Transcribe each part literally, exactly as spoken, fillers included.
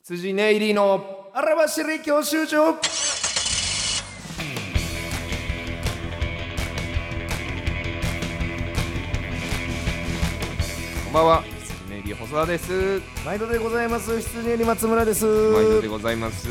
辻根入りの荒走り教習所。 こんばんは、辻根入り細田です。 毎度でございます。羊入り松村です。 毎度でございます。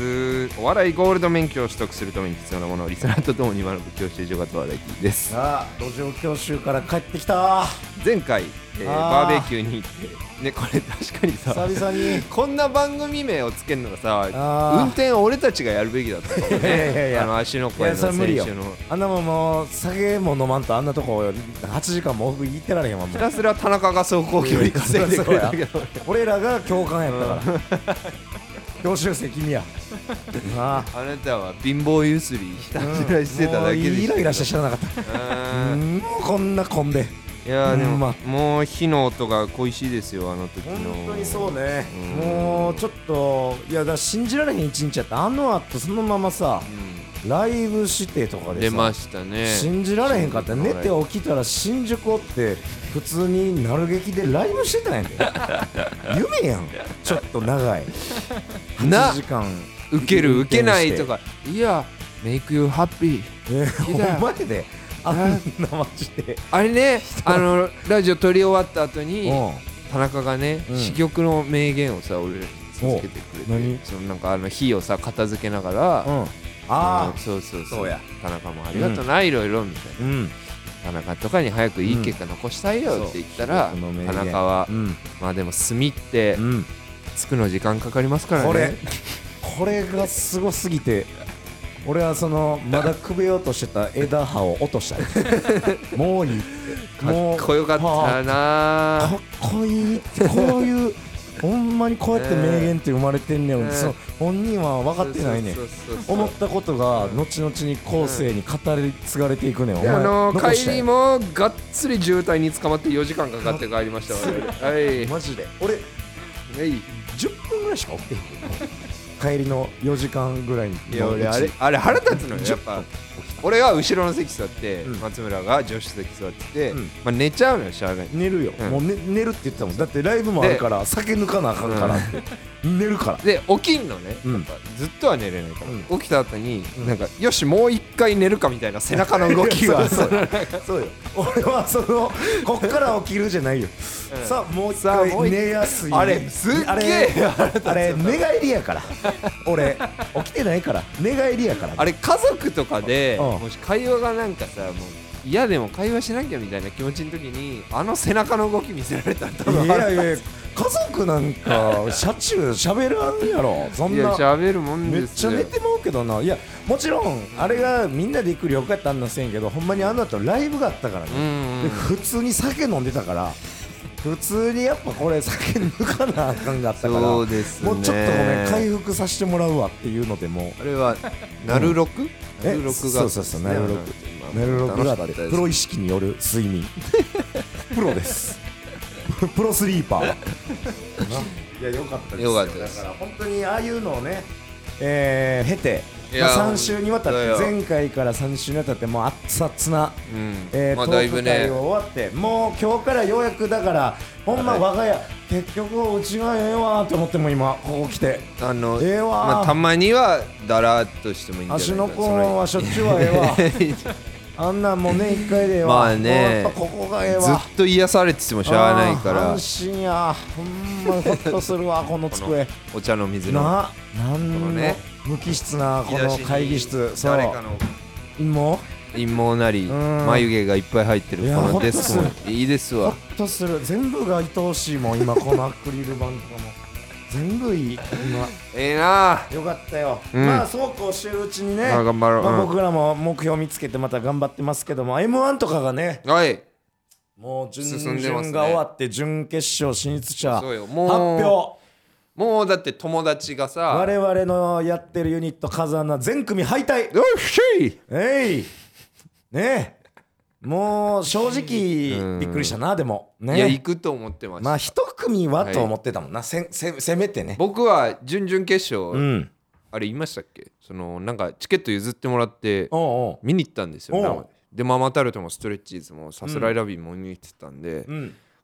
お笑いゴールド免許を取得するために必要なものをリスナーとともに学ぶ教習所型バラエティです。 さあ、路上教習から帰ってきた。 前回、えー、バーベキューに行ってね、これ確かにさ久々にこんな番組名をつけるのがさ、 あ運転は俺たちがやるべきだったかもね。 いやいやいやあの足のいや声の選それ無理よ手のあんなもんもう酒も飲まんとあんなとこはちじかんも往復行ってられへんわもうひたすら田中が走行距離稼いでくれたけど俺らが教官やったから教習生君やああなたは貧乏ゆすりひたすらしてただけでもうした。 イライラして知らなかったうんもうこんな混んでいやーでも、 うんまもう火の音が恋しいですよ、あの時の。 本当にそうねうんもうちょっといやだから信じられへん一日やったあの後そのままさライブしてとかでさ出ましたね。 信じられへんかった寝て起きたら新宿おって普通になる劇でライブしてたんやで夢やんちょっと長いなはちじかん受ける受けないとか、いやメイクユーハッピー。 えいやー、ほんまやであんなマジであれね、あのラジオ撮り終わった後にうん田中がね、 うん珠玉の名言をさ俺らに続けてくれて、 お何そのなんかあの火をさ片付けながら、 うんあうんそうそうそうそうや田中もありがとうな、いろいろみたいな。 あうん田中とかに早くいい結果残したいよって言ったら、 そう田中は、 うんまあでも炭ってうんつくの時間かかりますからね。 これこれがすごすぎて俺はそのまだくべようとしてた枝葉を落としたもういいってかもうっこよかったなかっこいいってこういうほんまにこうやって名言って生まれてんねん、 ねその本人は分かってないねんそうそうそうそう思ったことが後々に後世に語り継がれていくねん、おで前あの残したよ帰りもがっつり渋滞に捕まってよじかんかかって帰りましたわはいマジで俺はいじゅっぷんぐらいしか起きてへん帰りのよじかんぐらいにいや俺あれあれ腹立つのよやっぱ俺は後ろの席座って、 うん松村が助手席座ってて、 うんまあ、寝ちゃうのよしゃあない寝るよ、 うんもう、ね、寝るって言ってたもんだってライブもあるから酒抜かなあかんからって、寝るからで起きんのね、 うんやっぱずっとは寝れないから、 う起きた後に、 うんなんかよしもう一回寝るかみたいな背中の動きがそうそうそうよ俺はそのこっから起きるじゃないよ、 うんさあもう一さあもう一回寝やすいあれすっげえあれあれ寝返りやから俺起きてないから寝返りやからあれ家族とかでうんもし会話がなんかさもう嫌でも会話しなきゃみたいな気持ちの時にあの背中の動き見せられたら多分いやいや家族なんか車中喋らんやろそんいやな喋るもんめっちゃですよ寝てまうけどないやもちろんあれがみんなで行く旅行やったらあんなんせんけどほんまにあの後ライブがあったからね、 うんで普通に酒飲んでたから普通にやっぱこれ酒抜かなあかんかったからそうですねもうちょっとごめん回復させてもらうわっていうのでもあれはナルロクえナルロクがそうそうそうナルロクナルロクがあってプロ意識による睡眠プロですプロスリーパーいやよかったですよよかったですだから本当にああいうのをねえー経ていやまあ、さん週にわたっそうよて前回からさん週にわたってもう熱々な、 うんえーまあトークだいぶね会を終わってもう今日からようやくだからほんま我が家結局うちがええわと思っても今ここ来てあのええわまあたまにはだらっとしてもいいんじゃないか足の子はしょっちゅうはええわあんなんもうね一回でええわまあねもうやっぱここがええわずっと癒されててもしゃあないからあー安心やほんまにほっとするわこの机お茶の水のななんこののね無機質なこの会議室そう誰かのも陰謀なりうん眉毛がいっぱい入ってるいやこのデスクもほっといいですほわっとする全部が愛おしいもん今このアクリル板とかも全部いい今ええなよかったよ、 うんまあそうこうしてるうちにね、 あ頑張ろうまあ、 うん僕らも目標見つけてまた頑張ってますけども エムワン とかがねはいもう準進んでますね 々が終わって準決勝進出者そうよ発もう表もうだって友達がさ我々のやってるユニット風穴全組敗退よっしゃいえいねえもう正直びっくりしたなでもねいや行くと思ってました、 まあ一組はと思ってたもんな、せせせめてね僕は準々決勝、 うんあれ言いましたっけそのなんかチケット譲ってもらっておうおう見に行ったんですよおう生ででママタルトもストレッチーズもさすらいラビーも見に行ってたんで、 うん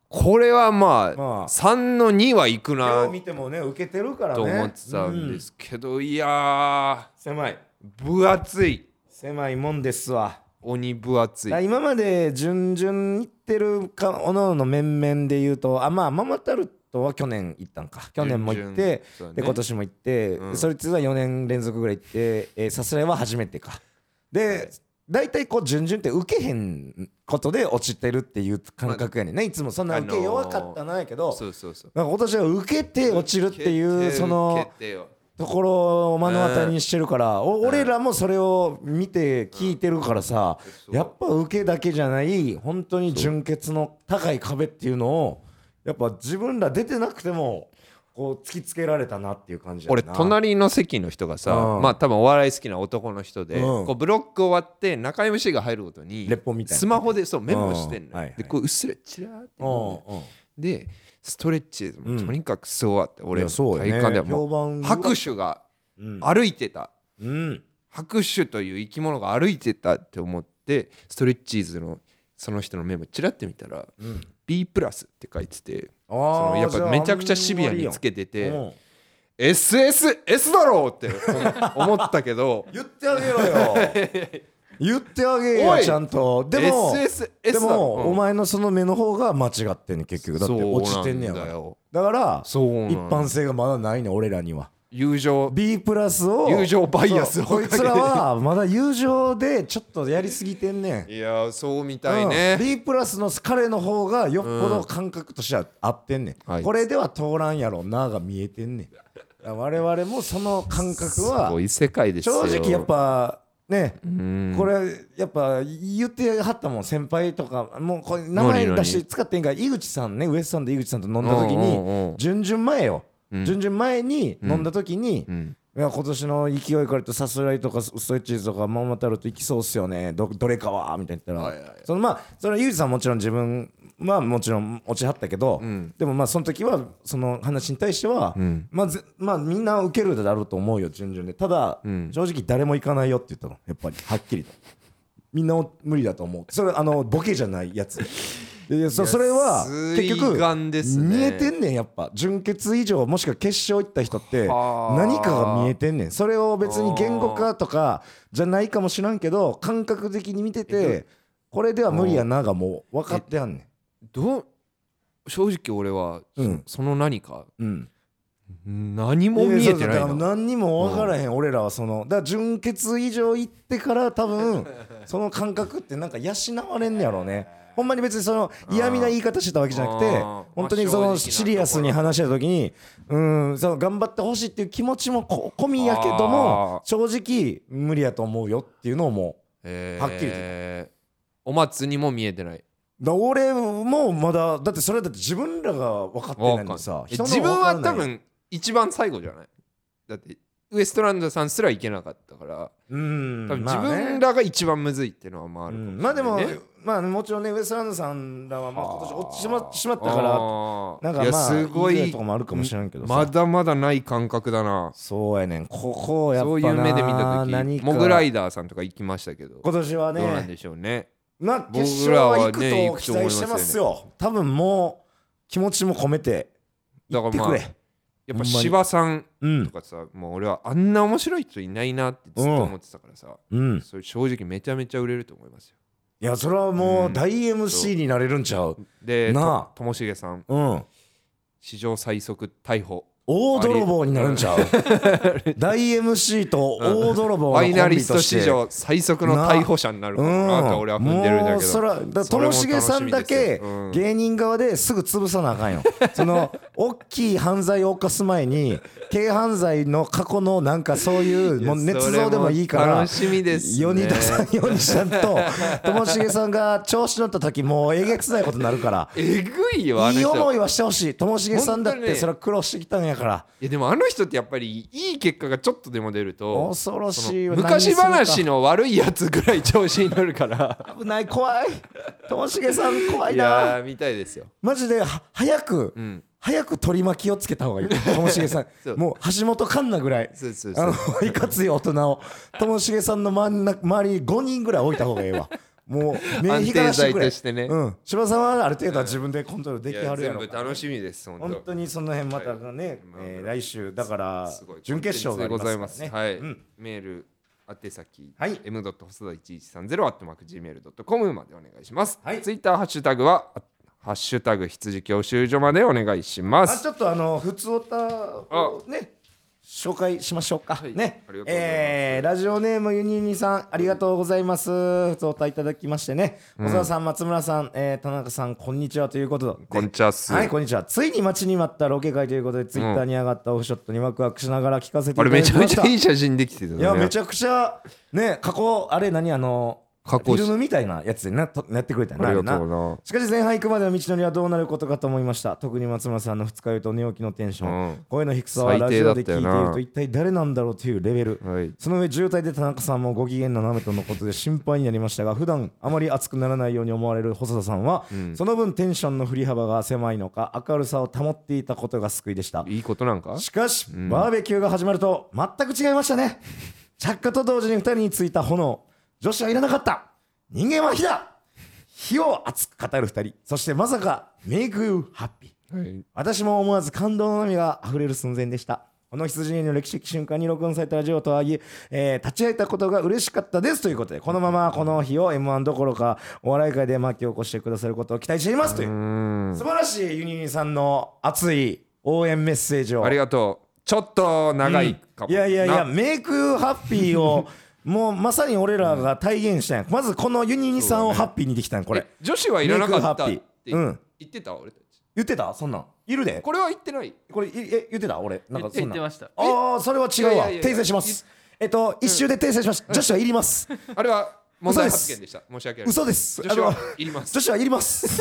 これはまあ、 まあ、 さんのにはいくな見てもね受けてるからねと思ってたんですけど、うん、いやー狭い分厚い狭いもんですわ。 鬼分厚い。 今まで順々いってるかおのおの面々で言うと、あまあママタルトは去年行ったんか、去年も行って、ね、で今年も行って、うん、そいつはよねん連続ぐらい行って、えー、さすらいは初めてかで、大体こう順々って受けへんことで落ちてるっていう感覚やねんね。いつもそんな受け弱かったなんやけど、 そうそうそう、 なんか今年は受けて落ちるっていうそのところを目の当たりにしてるから、俺らもそれを見て聞いてるからさ、やっぱ受けだけじゃない本当に純潔の高い壁っていうのをやっぱ自分ら出てなくてもこう突きつけられたなっていう感じやな。 俺隣の席の人がさ、うん、まあ多分お笑い好きな男の人で、うん、こうブロック終わって中 エムシー が入るごとにスマホでそうメモしてんの、うんはいはい、でこううっすらチラーって、でストレッチもとにかくすごかった、うん、俺の体感ではもう拍手が歩いてた、うん、拍手という生き物が歩いてたって思ってストレッチーズのその人のメモチラって見たら、うん、B プラスって書いてて、そのやっぱめちゃくちゃシビアにつけてて、うん、エスエスエス だろうって思ったけど言ってあげろよ言ってあげよちゃんと。でもエスエスエスでも、うん、お前のその目の方が間違ってんねん結局。だって落ちてんねやから。だから一般性がまだないね俺らには。 友情 B プラスを友情バイアスをこいつらはまだ友情でちょっとやりすぎてんねん。 いやそうみたいね、 うん、B プラスの彼の方がよっぽど感覚としては合ってんねん、うん、これでは通らんやろなが見えてんねん。我々もその感覚はすごい世界ですよ。 正直やっぱね、これやっぱ言ってはったもん先輩とかもうこれ名前出して使ってんから井口さんね、ウエストランド井口さんと飲んだ時に準々前よ、うん、準々前に飲んだ時に、うん、いや今年の勢いからとさすらいとかストレッチーズとかママタルト行きそうっすよね ど, どれかはみたいな言ったら、はいはいはい、そのまあその井口さんもちろん自分はもちろん落ちはったけど、うん、でもまあその時はその話に対しては、うんまあぜまあ、みんな受けるだろうと思うよ順々で。ただ、うん、正直誰も行かないよって言ったのやっぱりはっきりとみんな無理だと思う。それあのボケじゃないやつで そ, それは結局見えてんねん。やっぱ準決以上もしくは決勝行った人って何かが見えてんねん。それを別に言語化とかじゃないかもしらんけど感覚的に見ててこれでは無理やながもう分かってやんねん。 どう正直俺は そ,、うん、その何か、うん、何も見えてないな。 何にも分からへん、うん、俺らはそのだから準決以上行ってから多分その感覚ってなんか養われんねやろうね。ほんまに別にその嫌味な言い方してたわけじゃなくて本当にそのシリアスに話した時にうんその頑張ってほしいっていう気持ちも込みやけども正直無理やと思うよっていうのをもうはっきりと。 お松にも見えてない。 だ俺もまだだってそれだって自分らが分かってないのにさ自分は多分一番最後じゃない。だってウエストランドさんすら行けなかったからうん多分自分らが一番むずいっていうのはまああるかもしれない、ね、 まあでもまあもちろんねウエストランドさんらはまあ今年落ちてしまったからなんかまあすごいいいとこもあるかもしれんけどさまだまだない感覚だな。 そうやねんここやっぱなそういう目で見た時モグライダーさんとか行きましたけど今年はねどうなんでしょうね。 まあ決勝は行くと期待してますよ。多分もう気持ちも込めて行ってくれ。 やっぱ芝さんとかさ、うん、もう俺はあんな面白い人いないなってずっと思ってたからさ、うん、それ正直めちゃめちゃ売れると思いますよ。 いやそれはもう大 エムシー になれるんちゃう、 うん、でとともしげさん、うん、史上最速逮捕大泥棒になるんちゃう大 エムシー と大泥棒のコンビとして、 ファイナリスト史上最速の逮捕者になるからなと俺は踏んでるんだけど、もうそらだともしげさんだけ芸人側ですぐ潰さなあかんよその大きい犯罪を犯す前に軽犯罪の過去のなんかそういうもう捏造でもいいから楽しみですね。 世に出さんようにしちゃんとともしげさんが調子乗った時もうえげつないことになるからえぐいよあの人。 いい思いはしてほしい。ともしげさんだってそれは苦労してきたんやから。 いやでもあの人ってやっぱりいい結果がちょっとでも出ると恐ろしい。 昔話の悪いやつぐらい調子に乗るから危ない怖い。ともしげさん怖いな。 いや見たいですよマジで。は早く、うん、早く取り巻きをつけた方がいいともしげさんもう橋本環奈ぐらいそうそうそうあのいかつい大人をともしげさんの周りにごにんぐらい置いた方がいいわもう目光らしてくれ。安定剤としてね、うん、柴さんはある程度は自分でコントロールできはるやろ、 全部楽しみです。本当本当にその辺またね、はい、えー、来週だから準決勝がありますからね。 はい、うん、メール宛先、はい、エム 細田いちいちさんゼロ アットマーク ジーメール ドットコム までお願いします。はい、ツイッターハッシュタグはハッシュタグ羊教習所までお願いします。 あ、ちょっとあの普通歌をね紹介しましょうか、はい、ね、えー、ラジオネームユニニさんありがとうございます。普通歌いただきましてね、小沢さん、松村さん、えー、田中さんこんにちはということで、 こんにちはっす。 はい、こんにちは。ついに待ちに待ったロケ会ということで、ツイッターに上がったオフショットにワクワクしながら聞かせていただきました。あれめちゃめちゃいい写真できてたね。 いやめちゃくちゃね、過去あれ何あのフィルムみたいなやつで な, やってくれたよな。ありがとうな。しかし前半行くまでの道のりはどうなることかと思いました。特に松村さんの二日酔いと寝起きのテンション、うん、声の低さはラジオで聞いていると一体誰なんだろうというレベル、はい、その上渋滞で田中さんもご機嫌ななめとのことで心配になりましたが、普段あまり熱くならないように思われる細田さんは、うん、その分テンションの振り幅が狭いのか明るさを保っていたことが救いでした。 いいことなんか。 しかし、うん、バーベキューが始まると全く違いましたね。着火と同時にふたりについた炎、女子はいらなかった、人間は火だ。火を熱く語るふたり、そしてまさかメイクユーハッピー、はい、私も思わず感動の涙が溢れる寸前でした。この羊の歴史的瞬間に録音されたラジオとはいええー、立ち会えたことが嬉しかったですということで、このままこの日を エムワン どころかお笑い界で巻き起こしてくださることを期待していますという素晴らしいユニニさんの熱い応援メッセージをありがとう。ちょっと長いかも、うん、 いやいやいやメイクユーハッピーをもうまさに俺らが体現したんや。まずこのユニニさんをハッピーにできたんこれ。 女子はいらなかったって言ってた、俺たち。 言ってたそんなんいるで。 これは言ってない。 これえ言ってた俺なんかそんな。 言ってました。 ああそれは違うわ。訂正します。えっと一周で訂正します。女子はいります。 あれは問題発言でした。申し訳ない。 嘘です。 女子はいります。 女子はいります。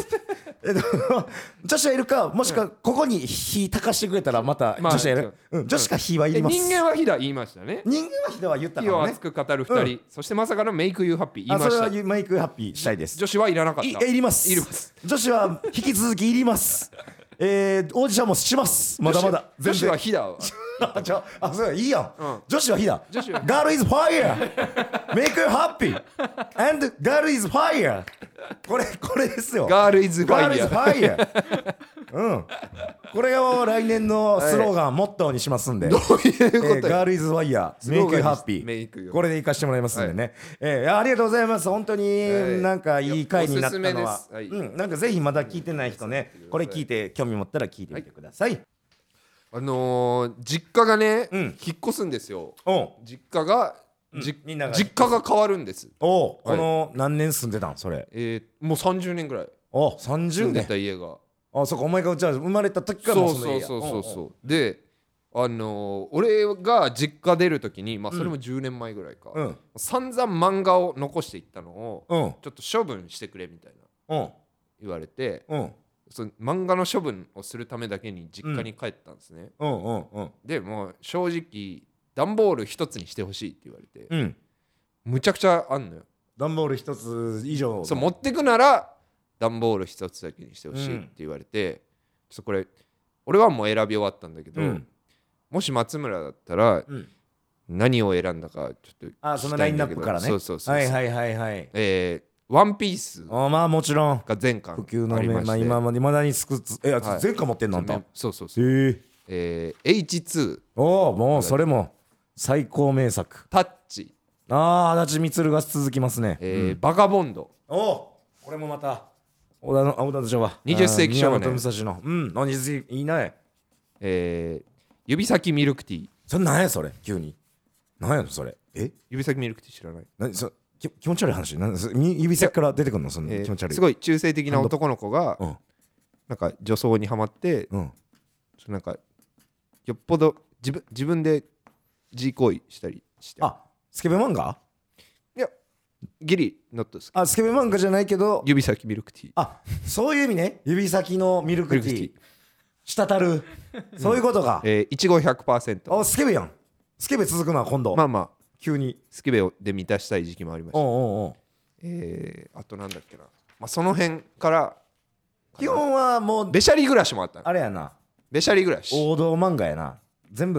えっと女子はいるか、もしくはここに火たかしてくれたらまた女子はいる。女子か火はいります。 人間は火だ言いましたね。 人間は火だは言ったからね。 火を熱く語る二人、そしてまさかのメイクユーハッピー言いました。 それはメイクユーハッピーしたいです。 女子はいらなかった。 いります。 いります。 女子は引き続きいります。えー、オーディションもします。まだまだ。 女子は火だわ。 あ、そういいやん、うん、女子は火だ。女子は Girl is fire Make her happy And girl is fire これ、これですよ。 Girl is fire, Girl is fire うん、これを来年のスローガン、はい、モットーにしますんで。 どういうこと、えー、 Girl is fire Make her happy これでいかしてもらいますんでね、はい、えー、ありがとうございます。本当になんかいい回になったのは、はい、うん、なんかぜひまだ聞いてない人ね、これ聞いて興味持ったら聞いてみてください。はい、 あのー、実家がね、うん、引っ越すんですよ。実家が、うん、じみんなが実家が変わるんです。 お、はい、この何年住んでたんそれ。 えー、もうさんじゅうねんぐらい。 お、さんじゅうねん住んでた家が。 あ、そうか、お前がじゃあ生まれた時からもうその家や。 そうそうそうそうそう。で、あのー、俺が実家出る時に、まあそれもじゅうねんまえぐらいか、うん、散々漫画を残していったのを、うん、ちょっと処分してくれみたいな、うん、言われて、うん、その漫画の処分をするためだけに実家に帰ったんですね、うんうんうん、でもう正直段ボール一つにしてほしいって言われて、うん、むちゃくちゃあんのよ。 段ボール一つ以上そう持ってくなら段ボール一つだけにしてほしいって言われて、うん、ちょっとこれ俺はもう選び終わったんだけど、うん、もし松村だったら、うん、何を選んだかちょっと聞きたいんだけど。 あ、そのラインナップからね。 そうそうそうそう、 はいはいはいはい。 えーワンピースあ、まあもちろんが全巻普及の面、まあ、今まで未だにすくつえ、はい、全巻持ってんのあんた。 そうそうそう、えーえー、エイチツーおお、もうそれも最高名作。 タッチ、 ああ、足立満が続きますね、 えーうん、バガボンド、 おお、これもまた小田の小田ではにじゅっ世紀少年、 宮本武蔵の、うん、何いいね、 えー、指先ミルクティー。 それ何やそれ急に、何やのそれ、え、 指先ミルクティー知らない？ 何そ気持ち悪い話なんです。指先から出てくるのその気持ち悪い、 えー、すごい中性的な男の子が、うん、なんか女装にはまって、うん、なんかよっぽど自分自分で自行為したりして。 あ、スケベ漫画？ いやギリノットスケベ。 あ、スケベ漫画じゃないけど指先ミルクティー。 あ、そういう意味ね。指先のミルクティー滴るそういうことか。 えー、いちご ひゃくパーセント。 あ、スケベやん。スケベ続くな今度。 まあまあ急にスケベで満たしたい時期もありました。おうおうおう、えー、あとなんだっけな、まあ、その辺から基本はもうべしゃり暮らしもあった。 あれやな、 べしゃり暮らし王道漫画やな。全部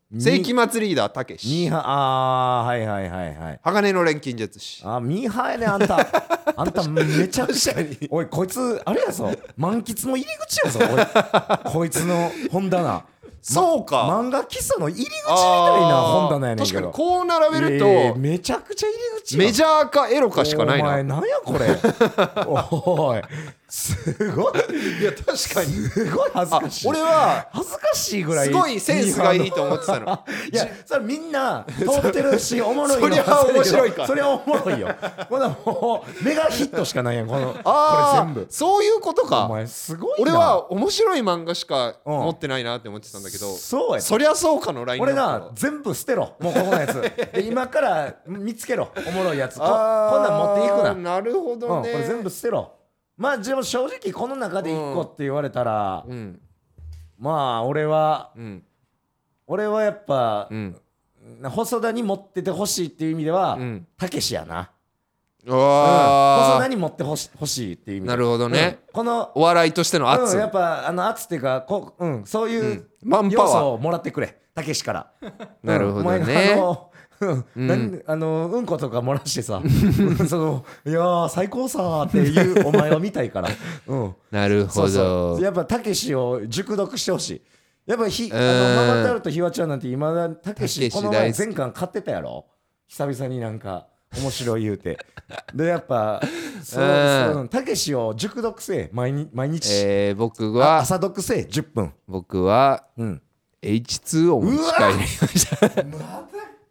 世紀末リーダーたけし。 ミーハー、あーはいはいはいはい。 鋼の錬金術師。 あーミーハーやねあんた。あんためちゃくちゃおいこいつあれやぞ満喫の入り口やぞおいこいつの本棚。 そうか、 ま、漫画喫茶の入り口みたいな本棚やねんけど。 確かにこう並べると、 えー、めちゃくちゃ入り口や。 メジャーかエロかしかないな。 お前なんやこれおいすごい。 いや確かにすごい恥ずかしい。 俺は恥ずかしいぐらいすごいセンスがいいと思ってたの。 いやそれみんな通ってるしおもろいの。 そりゃ面白いか。 それはおもろいよ。これもうメガヒットしかないやんこの。 あこれ全部そういうことか。 お前すごいな。 俺は面白い漫画しか持ってないなって思ってたんだけど、うん、 そうや。 そりゃそうかのラインナップ。 俺な全部捨てろもうここのやつで今から見つけろおもろいやつ。ここんなん持っていくな。 なるほどね、 うん、これ全部捨てろ。まあでも正直この中でいっこって言われたら、うん、まあ俺は、うん、俺はやっぱ、うん、細田に持っててほしいっていう意味ではたけしやな。うん、細田に持ってほしいっていう意味で。 なるほどね、 うん、このお笑いとしての圧、 うん、やっぱあの圧っていうかこ、うん、そういう要素をもらってくれたけしからなるほどね、 うんうんあのうんことか漏らしてさそのいやー最高さーっていうお前を見たいから、うん、 なるほど。そうそうやっぱたけしを熟読してほしい。やっぱひあのママタルトひわちゃんなんて今だたけしこの前前巻買ってたやろ久々になんか面白い言うてでやっぱそうたけしを熟読せえ毎日毎日、 えー、僕は朝読せえじゅっぷん。 僕は、うん、エイチツー を持ち帰りましたまだ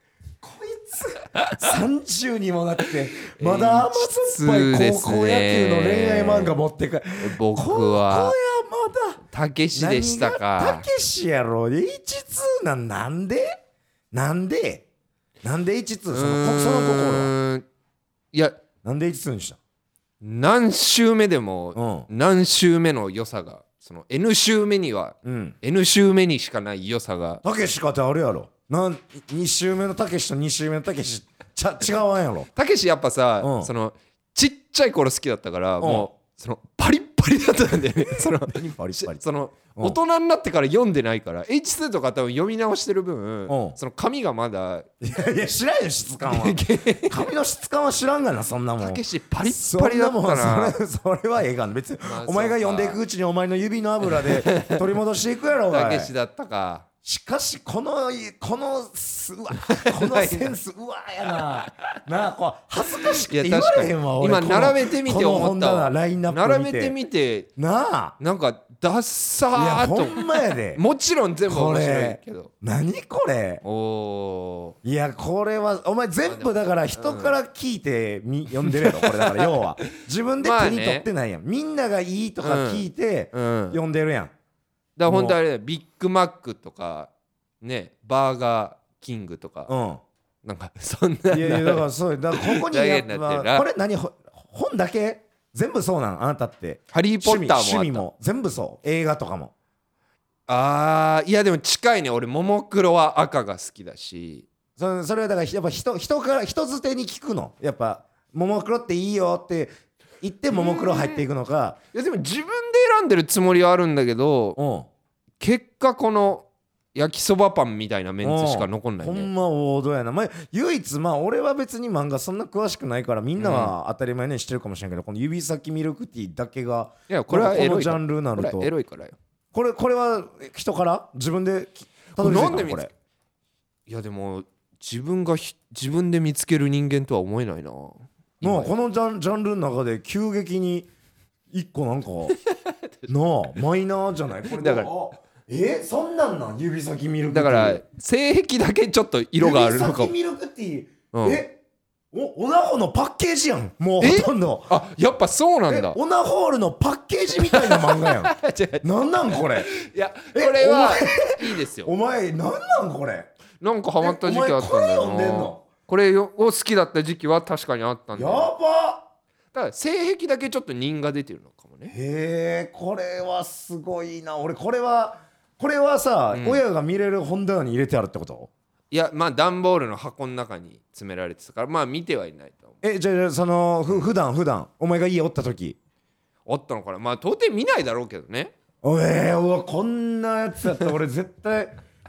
さんじゅうにもなってまだ甘酸っぱい高校野球の恋愛漫画持ってか僕はたけしでしたか。 たけしやろ エイチツー なんなんでなんでなんで エイチツー そのその心は。 いやなんで エイチツー にした。 何週目でも、うん、何週目の良さがその N 週目には、うん、N 週目にしかない良さが。 たけしかってあるやろなんに週目のたけしとに週目のたけしちゃ違わんやろ。 たけしやっぱさ、うん、そのちっちゃい頃好きだったから、うん、もうそのパリッパリだったんだよねそのパリパリその、うん、大人になってから読んでないから エイチツー とか多分読み直してる分、うん、その紙がまだいやいや知らんよ質感は紙の質感は知らんがなそんなもん。 たけしパリッパリだったな。 それそれはええがん別に、まあ、お前が読んでいくうちにお前の指の油で取り戻していくやろ。 たけしだったか。 しかしこのこのすうわこのセンスうわやななあこう恥ずかしくて言われへんわ俺。 今並べてみて思ったわ。 ラインナップ並べてみてなあなんかダッサーと。 いやほんまやでもちろん全部面白いけど何これ。 おいやこれはお前全部だから人から聞いてみ読んでるやろこれだから要は自分で手に取ってないやん、みんながいいとか聞いて読んでるやん。 だから本当あれビッグマックとかねバーガーキングとか、うん、なんかそんな。 いやいやだからそうだからここにやっぱこれ何本だけ全部そうなんあなたって。 ハリーポッターもあった。 趣味も全部そう映画とかも。 あーいやでも近いね。俺ももクロは赤が好きだし。 そ, それはだからやっぱ 人, 人から人づてに聞くのやっぱももクロっていいよって言ってももクロ入っていくのか。 いやでも自分で選んでるつもりはあるんだけど、うん、結果この焼きそばパンみたいなメンツしか残んないね。 ほんま王道やな、まあ、唯一まあ俺は別に漫画そんな詳しくないからみんなは当たり前にしてるかもしれんけど、うん、この指先ミルクティーだけがいやこれはエロいこのジャンルになるとこれエロいからよ。 これこれは人から自分でたどり着いたのこれ。 いやでも自分が自分で見つける人間とは思えないな。もうこのジャン、ジャンルの中で急激に一個なんかなあマイナーじゃないこれ。だからえそんなんなん指先ミルクティーだから性癖だけちょっと色があるのかも。 指先ミルクティー、うん、えおオナホのパッケージやんもうほとんど。 あやっぱそうなんだ。 オナホールのパッケージみたいな漫画やんなんなんこれ。 いやこれはいいですよ。 お前なんなんこれ。 なんかハマった時期あったんだよな。これ読んでんの。これを好きだった時期は確かにあったんだよ。 やばだから性癖だけちょっと人が出てるのかもね。 へえこれはすごいな。俺これはこれはさ、うん、親が見れる本棚に入れてあるってこと。 いやまあ段ボールの箱の中に詰められてたからまあ見てはいないと思う。 えじゃあそのふ普段普段お前が家おった時おったのかな。まあ到底見ないだろうけどね。 おえー、うわこんなやつやったら俺絶対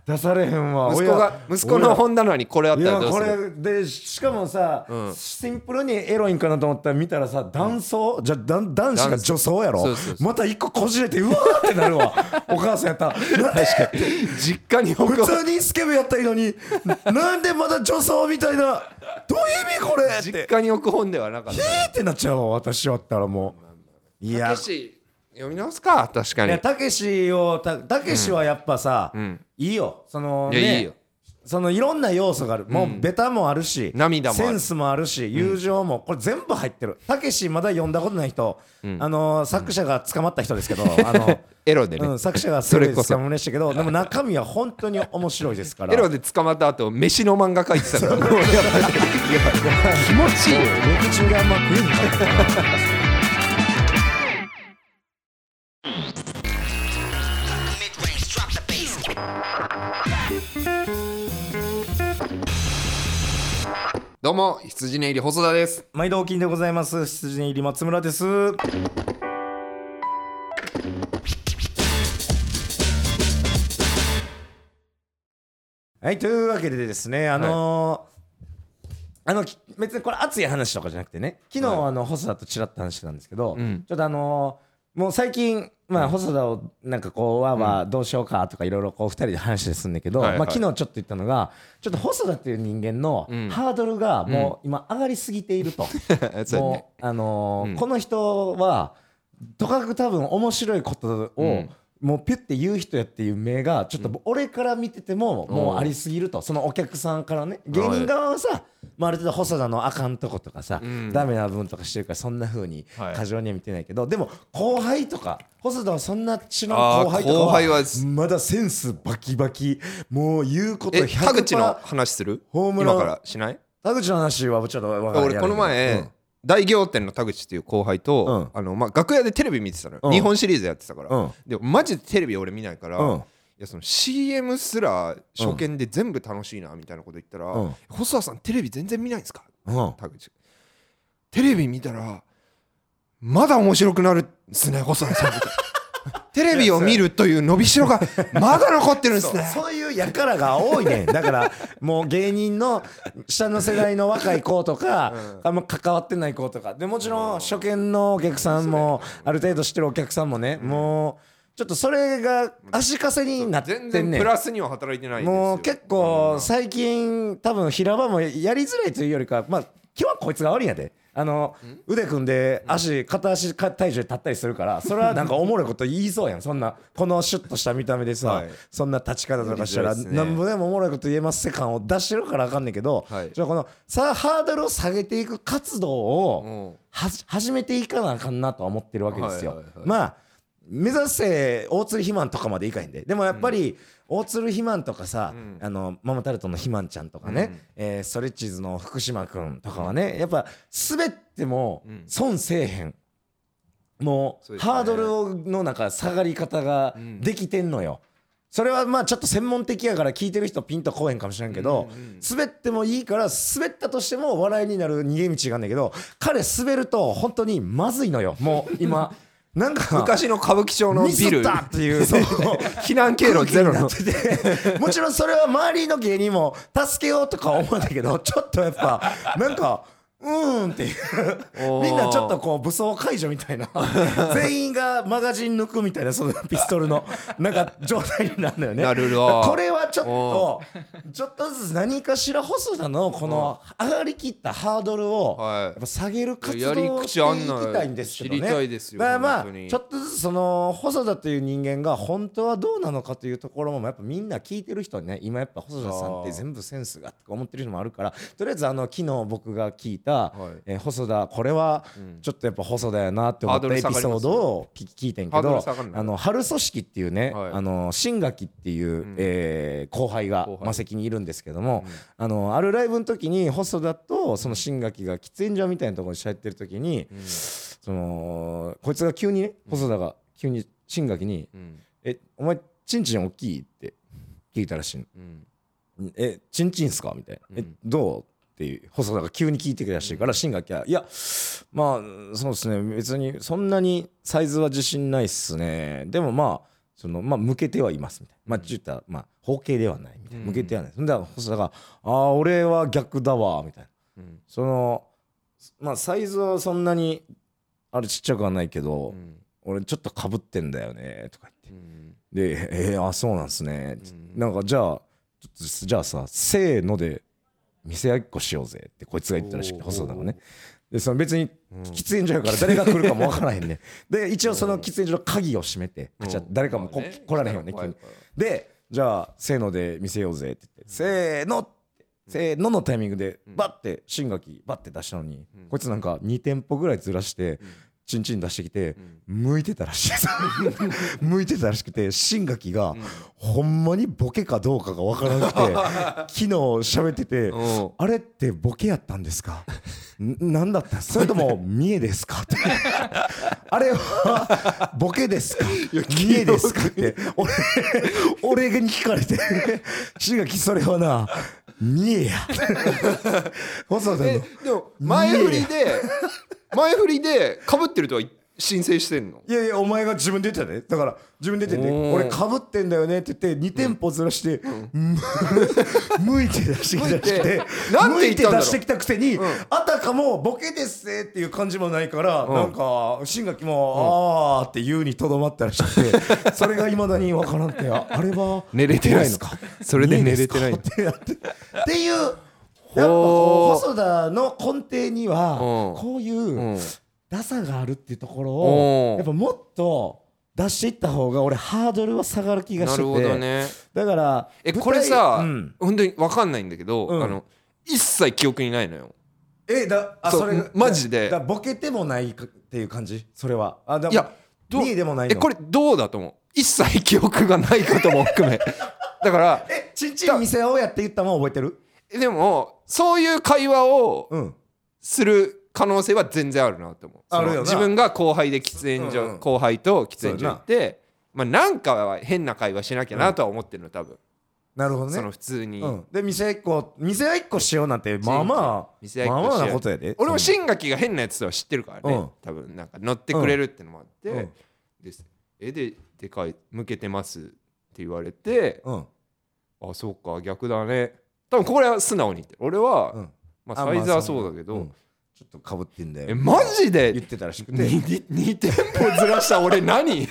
出されへんわ。 息子が息子の本棚にこれあったらどうする？ いやこれでしかもさ、うん、シンプルにエロいんかなと思ったら見たらさ男装、うん、じゃ男男子が女装やろ。そうそうそう、また一個こじれてうわーってなるわお母さんやったら確かに実家に普通にスケベやったらいいのになんでまだ女装みたいな、どういう意味これって実家に置く本ではなかった。 ヒーってなっちゃうわ私だったらもう。いや読み直すか。確かに。 たけしをたたけしはやっぱさ、うん、いいよそのね、いやいいよ、そのいろんな要素がある、うん、もうベタもあるし涙もある、 センスもあるし友情も、うん、これ全部入ってる。たけしまだ読んだことない人、うん、あの作者が捕まった人ですけど、うん、あのエロでね、 うん、作者がそれこそ捕まりましたけどでも中身は本当に面白いですから。 エロで捕まった後飯の漫画描いてたからもうやっぱり気持ちいいよ。 劇中であんま食えんかなどうも羊ね入り細田です。 毎度お金でございます。羊ね入り松村です。はい、というわけでですね、あのーはい、あの別にこれ熱い話とかじゃなくてね、昨日、はい、あの細田とちらっと話してたんですけど、うん、ちょっとあのー、もう最近まあ細田をなんかこうわわどうしようかとかいろいろこうふたりで話してすんだけど、まあ昨日ちょっと言ったのがちょっと細田っていう人間のハードルがもう今上がりすぎていると。もうあのーこの人はとかく多分面白いことをもうピュッて言う人やっていう目がちょっと俺から見ててももうありすぎると。そのお客さんからね、芸人側はさ、まあ、ある程度細田のあかんとことかさ、うん、ダメな部分とかしてるからそんな風に過剰には見てないけど、はい、でも後輩とか細田はそんな血の後輩とかはまだセンスバキバキ、もう言うことひゃくパーセント。 田口の話する？ホームラン今からしない？ 田口の話はちょっと分かる。 俺この前、うん、大仰天の田口っていう後輩と、うん、あのまあ、楽屋でテレビ見てたのよ、うん、日本シリーズやってたから、うん、でもマジでテレビ俺見ないから、うん、いやその シーエム すら初見で全部楽しいなみたいなこと言ったら、うん、細田さんテレビ全然見ないんですか、うん、田口テレビ見たらまだ面白くなるっすね細田さんテレビを見るという伸びしろがまだ残ってるんですね。 そう、そういうやからが多いね。だからもう芸人の下の世代の若い子とか、うん、あんま関わってない子とかで、もちろん初見のお客さんもある程度知ってるお客さんもね、うん、もうちょっとそれが足かせになってんねん。 全然プラスには働いてないんですよ。 もう結構最近多分平場もやりづらいというよりか、まあ今日はこいつが悪いんやで。あの腕組んで足片足体重で立ったりするから、それはなんかおもろいこと言いそうやん。そんなこのシュッとした見た目でさ、はい、そんな立ち方とかしたらなんぼでもおもろいこと言えますせ感を出してるからあかんねんけど、はい、じゃあこのさハードルを下げていく活動をは始めていかなあかんなとは思ってるわけですよ、はいはいはい、まあ目指せ大鶴肥満とかまでいかへんで、でもやっぱり、うん、大鶴肥満とかさ、うん、あのママタルトの肥満ちゃんとかね、うん、えー、ストレッチーズの福島くんとかはね、やっぱ滑っても損せえへん、もう、ね、ハードルのなんか下がり方ができてんのよ、うん、それはまあちょっと専門的やから聞いてる人ピンとこえへんかもしれんけど、うんうん、滑ってもいいから滑ったとしても笑いになる逃げ道があんねんけど、彼滑ると本当にまずいのよ。もう今なんか昔の歌舞伎町のビルミスったっていうそう避難経路ゼロのもちろんそれは周りの芸人も助けようとか思うんだけど、ちょっとやっぱなんかうーんっていうみんなちょっとこう武装解除みたいな全員がマガジン抜くみたいな、そのピストルのなんか状態になるのよね。 なるほど。 これはちょっとちょっとずつ何かしら細田のこの上がりきったハードルをやっぱ下げる活動をしていきたいんですけどね。 知りたいですよ。 だからまあちょっとずつその細田という人間が本当はどうなのかというところもやっぱみんな聞いてる人にね、今やっぱ細田さんって全部センスがとか思ってる人もあるから、とりあえずあの昨日僕が聞いたはい、えー、細田これはちょっとやっぱ細田やなって思ったエピソードを聞いてんけど、あの春組織っていうね、はい、あの新垣っていう、うんえー、後輩が魔石にいるんですけども、うん、あのあるライブの時に細田とその新垣が喫煙所みたいなところで喋ってる時に、うん、そのこいつが急にね、細田が急に新垣に、うん、えお前チンチン大きいって聞いたらしいの、うん、えチンチンっすかみたいな、うん、えどうっていう細田が急に聞いてくるらしいから、新垣はいやまあそうですね、別にそんなにサイズは自信ないっすね、でもまあそのまあ向けてはいますみたいな、まあ言ったらまあ包茎ではないみたいな、向けてはない、うん、だから細田が「ああ俺は逆だわ」みたいな、うん、そのまあサイズはそんなにあれちっちゃくはないけど、うん、俺ちょっとかぶってんだよねとか言って、うん、で「えー、あそうなんすね」うん、なんかじゃあじゃあさせーので店やっこしようぜってこいつが言ったらしくて、細田がね。でその別に喫煙所やから誰が来るかも分からへんねで一応その喫煙所の鍵を閉めて、うん、誰かもこ、来られへんよね、うん、でじゃあせーので見せようぜって言って、うん、せーのってせーののタイミングでバッて新垣バッて出したのに、うん、こいつなんかに店舗ぐらいずらして、うん、チンチン出してきて、うん、向いてたらしい向いてたらしくて、新垣が、うん、ほんまにボケかどうかが分からなくて昨日喋っててあれってボケやったんですかなんだったそれとも見えですかってあれはボケですか見えですかって俺俺に聞かれて新垣それはな見えや細田のえでも前振りで前振りでかぶってるとは申請してんの？ いやいやお前が自分で言ってたね。だから自分で言ってて俺かぶってんだよねって言ってに店舗ずらして、うん、向いて出してきたして向いて出してきたくせに、うん、あたかもボケですぜっていう感じもないから、うん、なんか新垣も、うん、あーって言うにとどまったらしくてそれがいまだに分からんって、あれは寝れてないのかそれで寝れてないってっていうやっぱこう細田の根底にはこういう、うんダサがあるっていうところをやっぱもっと出していった方が俺ハードルは下がる気がしてて、なるほどね。だからえこれさ、うん、本当に分かんないんだけど、うん、あの一切記憶にないのよ。 えだあそれマジでだボケてもないっていう感じそれは。あだいやどうでもないの。 えこれどうだと思う？一切記憶がないことも含めだからえちんちん見せようやって言ったもん覚えてる？ でもそういう会話をする可能性は全然あるなと思う。あるよな。自分が後輩で喫煙所、うんうん、後輩と喫煙所行って、まあなんかは変な会話しなきゃなとは思ってるの多分。 なるほどね。 その普通に。 うん、で店一個店は一個しようなんてまあまあ店まあまあなことやで。 俺も新垣が変なやつとは知ってるからね。うん、多分なんか乗ってくれるってのもあって、うん、です絵ででかい向けてますって言われて、うん、あそうか逆だね。多分これは素直に言ってる。俺は、うん、まあサイズはそうだけど。うんちょっとかぶってんだよ。 えマジで言ってたらしくて 2, 2店舗ずらした俺何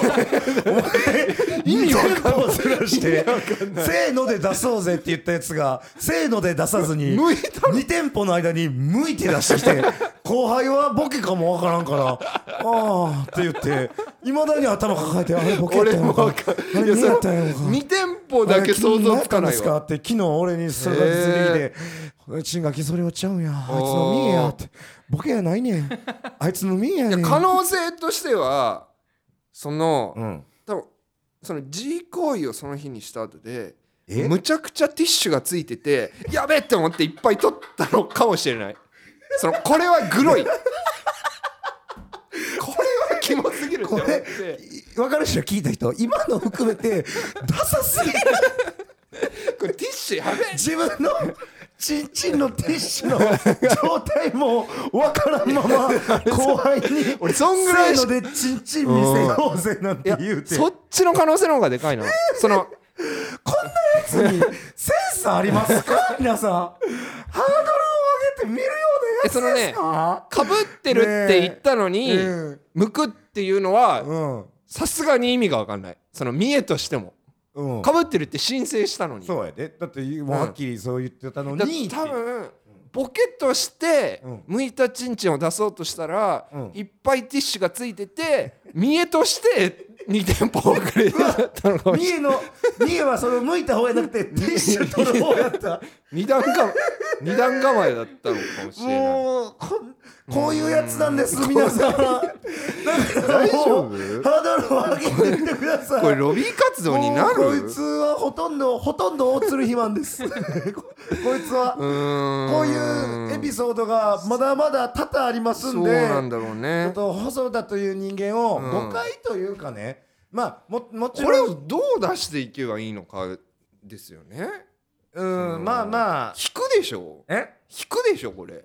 意味わかんないずらしてせーので出そうぜって言ったやつがせーので出さずにに店舗の間に向いて出してきて後輩はボケかもわからんからああって言っていまだに頭抱えてあれボケやったのかあれ見やったんやのかに店舗だけ想像つかないわって昨日俺にそれが実力で新垣それはちゃうんやあいつの見えやってボケやないねんあいつの見えやねん。 可能性としてはその、うん、多分その G 行為をその日にした後でむちゃくちゃティッシュがついててやべえって思っていっぱい取ったのかもしれない。そのこれはグロいこれはキモすぎるって思って分かる人聞いた人今の含めてダサすぎるこれティッシュやべえ自分のチンチンのティッシュの状態も分からんまま後輩に俺そんぐらいせーのでチンチン見せようぜなんて言うてそっちの可能性の方がでかいなそのこんなやつにセンスありますか皆さんハードルを上げて見るようなやつですか。そのねかぶってるって言ったのに、ね、向くっていうのはさすがに意味が分かんない。その見栄としてもうん、かぶってるって申請したのにそうやでだってもうはっきりそう言ってたのに、 うん、多分ボケとして剥いたチンチンを出そうとしたら、うん、いっぱいティッシュがついてて見栄としてに店舗遅れだったのかもしれない。 三重はそれを剥いた方やなくてティッシュ取る方やった二段構二段構えだったのかもしれない。もう こ, こういうやつなんです皆さんだから大丈夫ハードルを上げてみてください。 これロビー活動になる。 こいつはほとんどほとんど大鶴肥満ですこ, こいつはこういうエピソードがまだまだ多々ありますんでそうなんだろうね。 ちょっと細田という人間を誤解というかね、まあ も, もちろんこれをどう出していけばいいのかですよね。 うんまあまあ引くでしょえ引くでしょこれ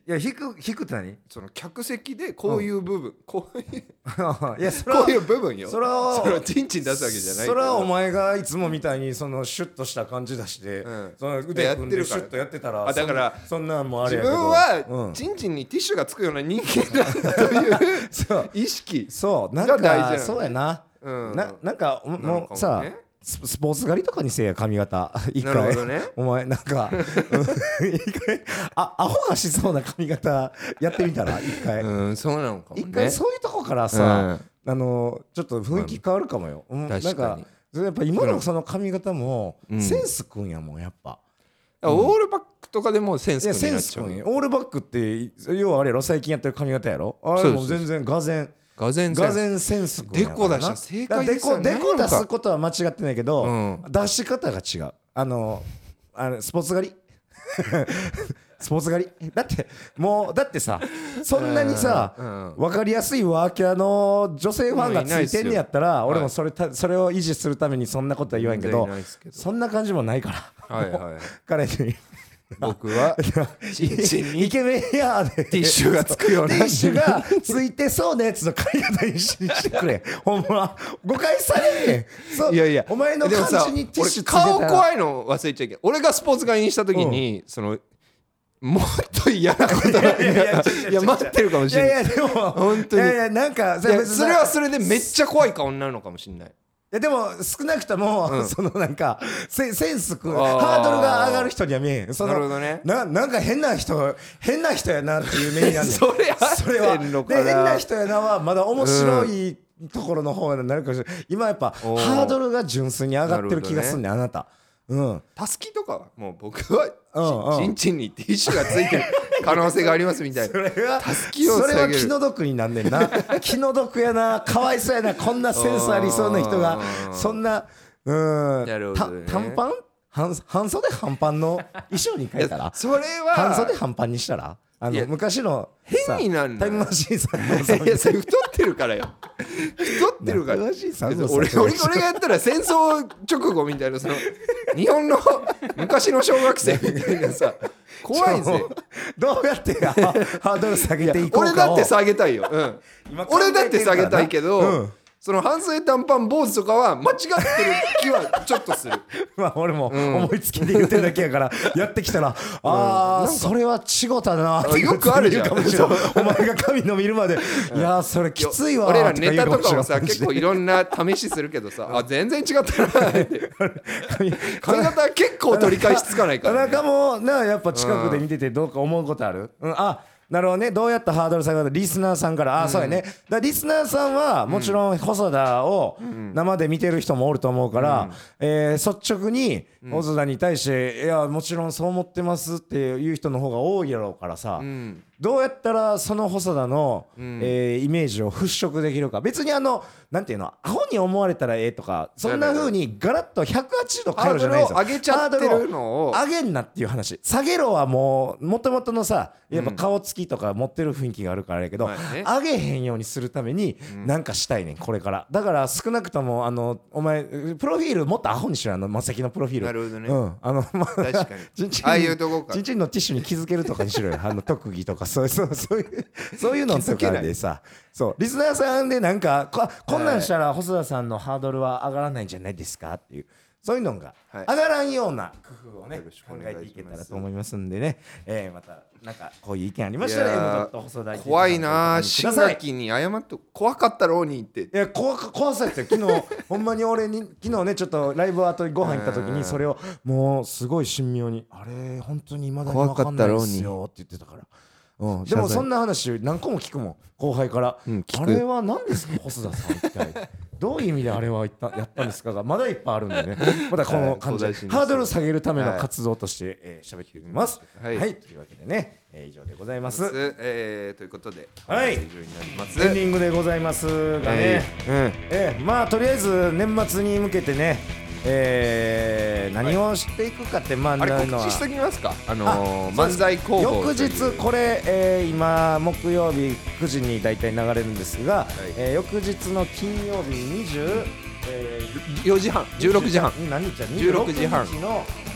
いや引く引くって何？ その客席でこういう部分、うん、こういういやそれはこういう部分よ。 それはそれはチンチン出すわけじゃないそれはお前がいつもみたいにそのシュッとした感じ出して、うん、その腕組んでシュッとやってたら、 あだからそんなんもあれやけど自分はチンチンにティッシュがつくような人間だという意識そうなんかそうやな、うん、ななんかもうさスポーツ狩りとかにせえや髪型一回なるほど、ね、お前なんか一回あアホがしそうな髪型やってみたら一回うんそうなのかもね一回そういうとこからさ、うん、あのちょっと雰囲気変わるかもよ、うん、なんかやっぱ今のその髪型もセンスくんやもんやっぱ、 うん、オールバックとかでもセンスくんになっちゃう。 オールバックって要はあれやろ最近やってる髪型やろあれも全然がぜんがぜんセンスくんデコ出した正解ですよね。 デコ出すことは間違ってないけど、うん、出し方が違う。あのあのスポーツ狩りスポーツ狩りだってもうだってさそんなにさ、うんうん、分かりやすいワーキャーの女性ファンがついてんねやったら俺もそれたそれを維持するためにそんなことは言わんけどそんな感じもないからはい、はい、彼に僕はチンチンにイケメンやでティッシュがつくようなティッシュがついてそうなやつの髪型にしてくれほんま誤解されんねん。いやいやお前の感じにティッシュついてたら顔怖いの忘れちゃいけない。俺がスポーツ狩りにした時に、うん、そのもっと嫌なことがいやいや待ってるかもしれない。いやいやでも本当にいやいやなんかそれはそれでめっちゃ怖い顔になるのかもしれない。 いやでも少なくとも、うん、そのなんかセンスくハードルが上がる人には見えん。そのなるほどね。ななんか変な人変な人やなっていう目になるねんそれそれはで変な人やなはまだ面白いところの方になるかもしれない、うん、今やっぱハードルが純粋に上がってる気がすんねん、あなた。うん、 たすきとかはもう僕はチンチンにティッシュがついてる可能性がありますみたいな。それはたすきをそれは気の毒になんねんな気の毒やなかわいそうやなこんなセンスありそうな人がそんなうん、ね、短パン半, 半袖半パンの衣装に変えたらそれは半袖半パンにしたらあの昔の変になるタイムマシーンさんのいやそれ太ってるからよ太ってるから俺, 俺, 俺がやったら戦争直後みたいなその日本の昔の小学生みたいなさ怖いぜどうやってハードル下げていこうかを俺だって下げたいよ、うん、俺だって下げたいけど、うんその半袖短パン坊主とかは間違ってる気はちょっとするまあ俺も思いつきで言ってるだけやからやってきたら、うん、ああそれは違うたなってよくあるじゃんお前が髪の見るまでいやそれきついわ俺らネタとかもさ結構いろんな試しするけどさあ全然違ったなって髪型結構取り返しつかないから、 ね、田中もなやっぱ近くで見ててどうか思うことある、うん、あなるほどね。どうやったハードル下がるリスナーさんからあ、うん、そうやね。だリスナーさんはもちろん細田を生で見てる人もおると思うから、うんえー、率直に細田に対して、うん、いやもちろんそう思ってますっていう人の方が多いやろうからさ、うん、どうやったらその細田の、うんえー、イメージを払拭できるか。別にあのなんていうのアホに思われたらええとかそんな風にガラッとひゃくはちじゅうど変えるじゃないですよ。 ハードルを上げちゃってるのを上げんなっていう話。下げろはもう元々のさやっぱ顔つきとか持ってる雰囲気があるからやけど、うん上げへんようにするためになんかしたいねんこれから。だから少なくともあのお前プロフィールもっとアホにしろあのマセキのプロフィール。 なるほどね。 うんあのまあ確かにああいうとこかチンチンのティッシュに気づけるとかにしろよあの特技とかそうそうそういうそういうのとかでさそうリスナーさんでなんか こ, こんなんしたら細田さんのハードルは上がらないんじゃないですかっていうそういうのが上がらんような工夫をね考えていけたらと思いますんでね、えー、またなんかこういう意見ありましたら細田怖いな新垣に謝って怖かったろうにっていや 怖, 怖さって昨日ほんまに俺に昨日ねちょっとライブ後にご飯行った時にそれをもうすごい神妙にあれ本当に未だに分かんないですよって言ってたからうん、でもそんな話何個も聞くもん後輩から、うん、あれは何ですか細田さん一体どういう意味であれは言ったやったんですかがまだいっぱいあるんでねまだこの感じでハードル下げるための活動として、はいえー、喋っていきます、はい、はい、というわけでね、えー、以上でございます、 えー、ということで、 はい、以上になりますエンディングでございますがね、えーうんえー、まあとりあえず年末に向けてねえー、何をしていくかってまああれ告知しときますかあのー、漫才工房翌日これ、えー、今木曜日くじに大体流れるんですが、はいえー、翌日の金曜日にじゅう、えー、よじはんじゅうろくじはん何日じゅうろくじはんの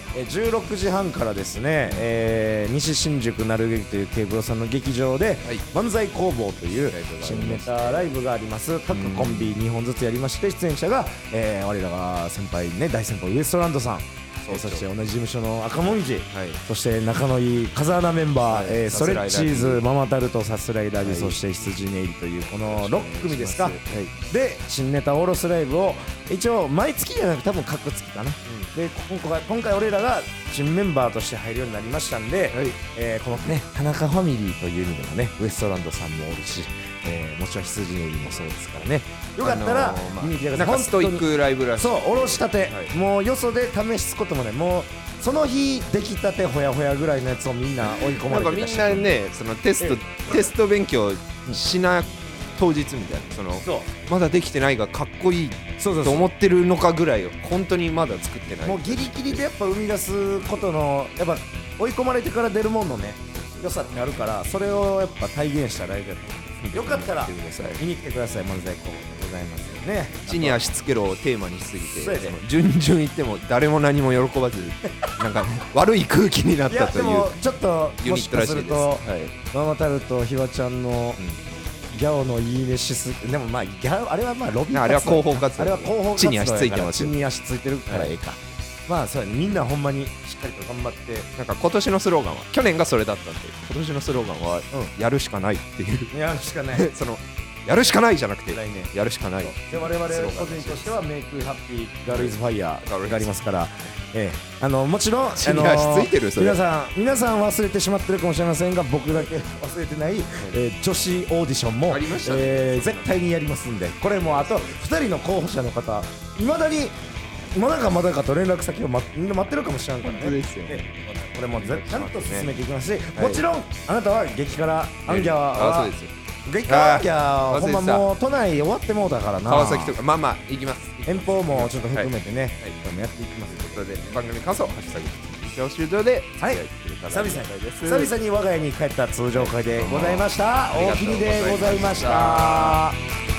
じゅうろくじはんからですね、えー、西新宿なる劇というケーブロさんの劇場で、はい、漫才工房という新ネタライブがあります。各コンビにほんずつやりまして、出演者が、えー、我らが先輩ね、大先輩ウエストランドさん、そして同じ事務所の赤もみじ、はい、そして仲のいい風穴メンバー、はい、えー、ストレッチーズ、ママタルト、さすらいラビ、はい、そして羊ネイリというこのろっくみですか、はい、で新ネタオーロスライブを一応毎月じゃなく多分各月かな、うん、で今回、今回俺らが新メンバーとして入るようになりましたんで、はい、えー、このね田中ファミリーという意味でもねウエストランドさんもおるし、えー、もちろん羊ネイリもそうですからね、よかったら見に来てください。 なんかストイックライブらしい、 そうおろしたて、はい、もうよそで試すこともね、もうその日出来たてほやほやぐらいのやつをみんな追い込まれてたし、 なんかみんなねそのテストテスト勉強しな当日みたいな、そのそうまだできてないがかっこいいと思ってるのかぐらいを本当にまだ作ってない。 もうギリギリでやっぱ生み出すことのやっぱ追い込まれてから出るもんのね良さってあるから、それをやっぱ体現したライブやとよかったら見に来てください。漫才工房でございますよね。 地に足つけろをテーマにしすぎて、その順々言っても誰も何も喜ばずなんか、ね、悪い空気になったという。いやでもちょっともしかすると、はい、ママタルトひわちゃんの、うん、ギャオのいいねしすぎ、でもまあギャオあれはまあロビー活動、 あれは広報活動、 あれは広報活動、 地に足ついてますよ。 地に足ついてるからええか、はい、まあそうみんなほんまにしっかりと頑張って、 なんか今年のスローガンは去年がそれだったんで、今年のスローガンは、うん、やるしかないっていう、 やるしかないそのやるしかないじゃなくてやるしかない。 で我々個人としてはメイクハッピーガールイズファイヤーがありますから、ええ、あのもちろん、あのー、皆さん皆さん忘れてしまってるかもしれませんが、僕だけ忘れてない、えー、女子オーディションも、ねえー、絶対にやりますんで、これもあとふたりの候補者の方いまだにまだかまだかと連絡先を、ま、みんな待ってるかもしれんからね。 本当ですよね。 これもちゃんと進めていきますし、もちろんあなたは激辛アンギャは激辛アンギャほんまもう都内終わってもうだからな。 川崎とかまあまあ行きます。 遠方もちょっと含めてね、はい、やっていきますということで、番組感想ハッシュタグ以上終了で、 はい、久々に久々に我が家に帰った通常会でございました。大喜利でございました。